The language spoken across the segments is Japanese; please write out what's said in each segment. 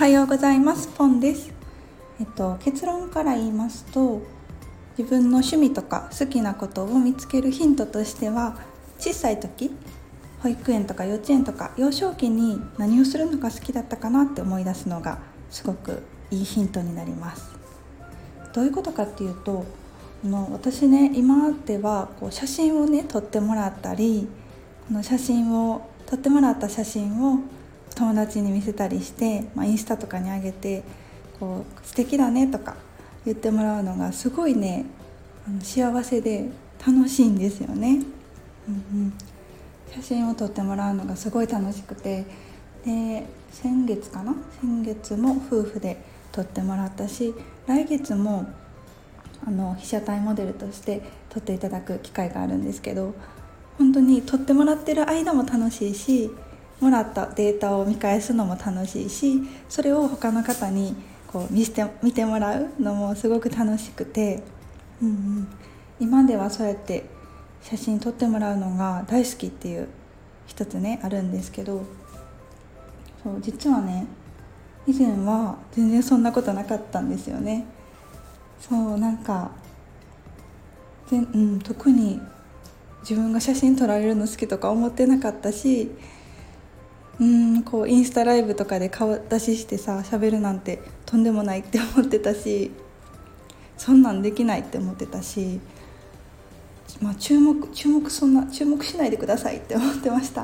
はようございます。ポンです。結論から言いますと、自分の趣味とか好きなことを見つけるヒントとしては、小さい時、保育園とか幼稚園とか幼少期に何をするのが好きだったかなって思い出すのがすごくいいヒントになります。どういうことかっていうと、私ね、今では写真をね撮ってもらったり、この撮ってもらった写真を友達に見せたりして、インスタとかに上げて素敵だねとか言ってもらうのがすごいね、幸せで楽しいんですよね。写真を撮ってもらうのがすごい楽しくて、で先月も夫婦で撮ってもらったし、来月も被写体モデルとして撮っていただく機会があるんですけど、本当に撮ってもらってる間も楽しいし、もらったデータを見返すのも楽しいし、それを他の方に見てもらうのもすごく楽しくて、今ではそうやって写真撮ってもらうのが大好きっていう一つねあるんですけど、実はね、以前は全然そんなことなかったんですよね。特に自分が写真撮られるの好きとか思ってなかったし、インスタライブとかで顔出しして喋るなんてとんでもないって思ってたし、そんなんできないって思ってたし、注目しないでくださいって思ってました。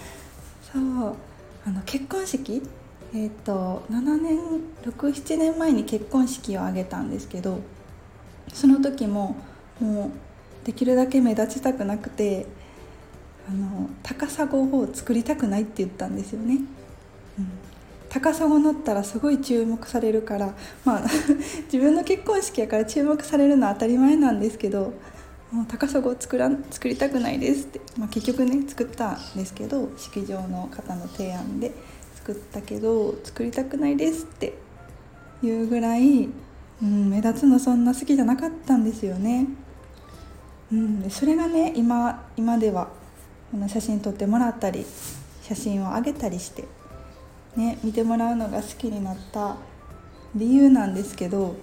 結婚式、6、7年前に結婚式を挙げたんですけど、その時もうできるだけ目立ちたくなくて、高砂を作りたくないって言ったんですよね。高砂乗ったらすごい注目されるから、自分の結婚式やから注目されるのは当たり前なんですけど、もう高砂を作りたくないですって、結局ね作ったんですけど、式場の方の提案で作ったけど作りたくないですっていうぐらい、目立つのそんな好きじゃなかったんですよね。それがね、今ではこの写真撮ってもらったり写真を上げたりしてね、見てもらうのが好きになった理由なんですけど、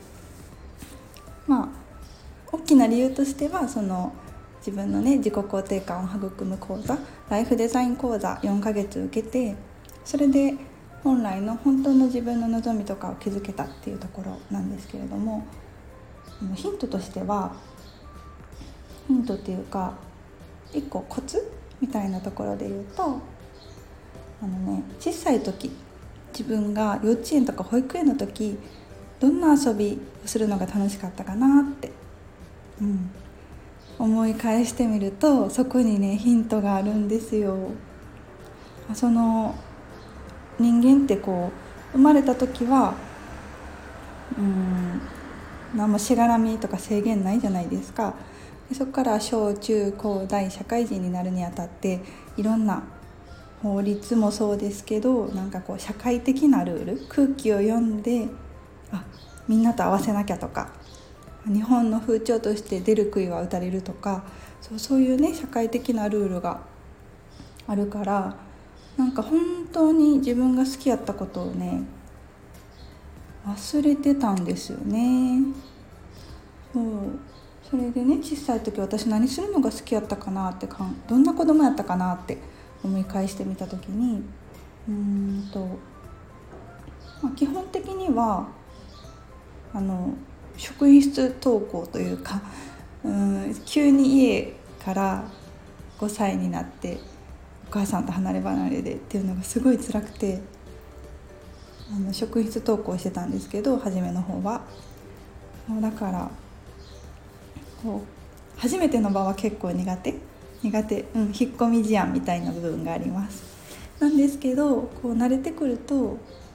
大きな理由としては、自分のね自己肯定感を育む講座、ライフデザイン講座4ヶ月受けて、それで本来の本当の自分の望みとかを気づけたっていうところなんですけれども、ヒントっていうか一個コツみたいなところで言うと、小さい時、自分が幼稚園とか保育園の時どんな遊びをするのが楽しかったかなって、思い返してみると、そこにねヒントがあるんですよ。人間って生まれた時は何もしがらみとか制限ないじゃないですか。そこから小中高大社会人になるにあたって、いろんな法律もそうですけど、社会的なルール、空気を読んでみんなと合わせなきゃとか、日本の風潮として出る杭は打たれるとか、そういうね社会的なルールがあるから、本当に自分が好きやったことをね忘れてたんですよね。それでね、小さい時私何するのが好きやったかなって、どんな子供やったかなって思い返してみた時に、基本的には職員室登校というか、急に家から5歳になってお母さんと離れ離れでっていうのがすごい辛くて、職員室登校してたんですけど、初めの方はだから初めての場は結構苦手、引っ込み思案みたいな部分があります。なんですけど慣れてくると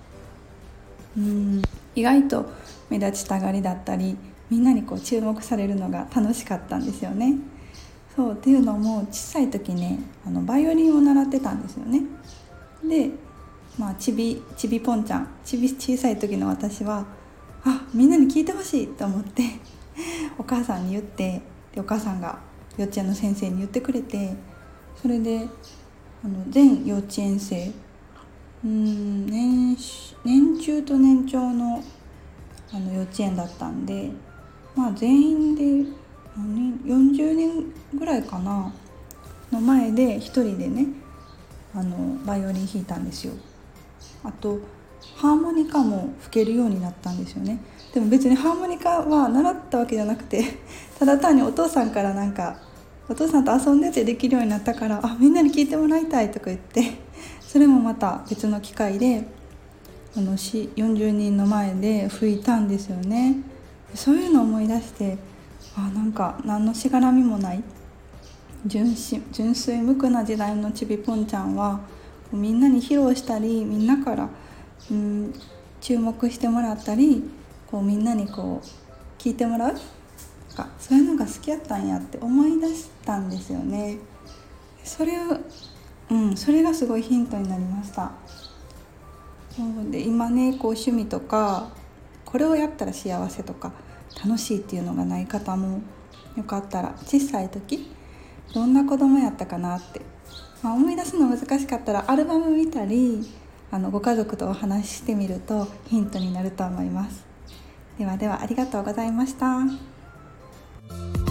意外と目立ちたがりだったり、みんなに注目されるのが楽しかったんですよね。っていうのも、小さい時ねバイオリンを習ってたんですよね。でちびぽんちゃん、小さい時の私はみんなに聞いてほしいと思ってお母さんに言って、でお母さんが幼稚園の先生に言ってくれて、それで全幼稚園生年中と年長の幼稚園だったんで、全員で40人ぐらいかなの前で一人でねバイオリン弾いたんですよ。あとハーモニカも吹けるようになったんですよね。でも別にハーモニカは習ったわけじゃなくてただ単にお父さんからお父さんと遊んでてできるようになったから、みんなに聞いてもらいたいとか言って、それもまた別の機会で40人の前で吹いたんですよね。そういうのを思い出して、何のしがらみもない純粋無垢な時代のちびぽんちゃんはみんなに披露したり、みんなから注目してもらったり、みんなに聞いてもらうとか、そういうのが好きやったんやって思い出したんですよね。それがすごいヒントになりました。で今ね趣味とかこれをやったら幸せとか楽しいっていうのがない方もよかったら小さい時どんな子供やったかなって、思い出すの難しかったらアルバム見たりご家族とお話ししてみるとヒントになると思います。ではありがとうございました。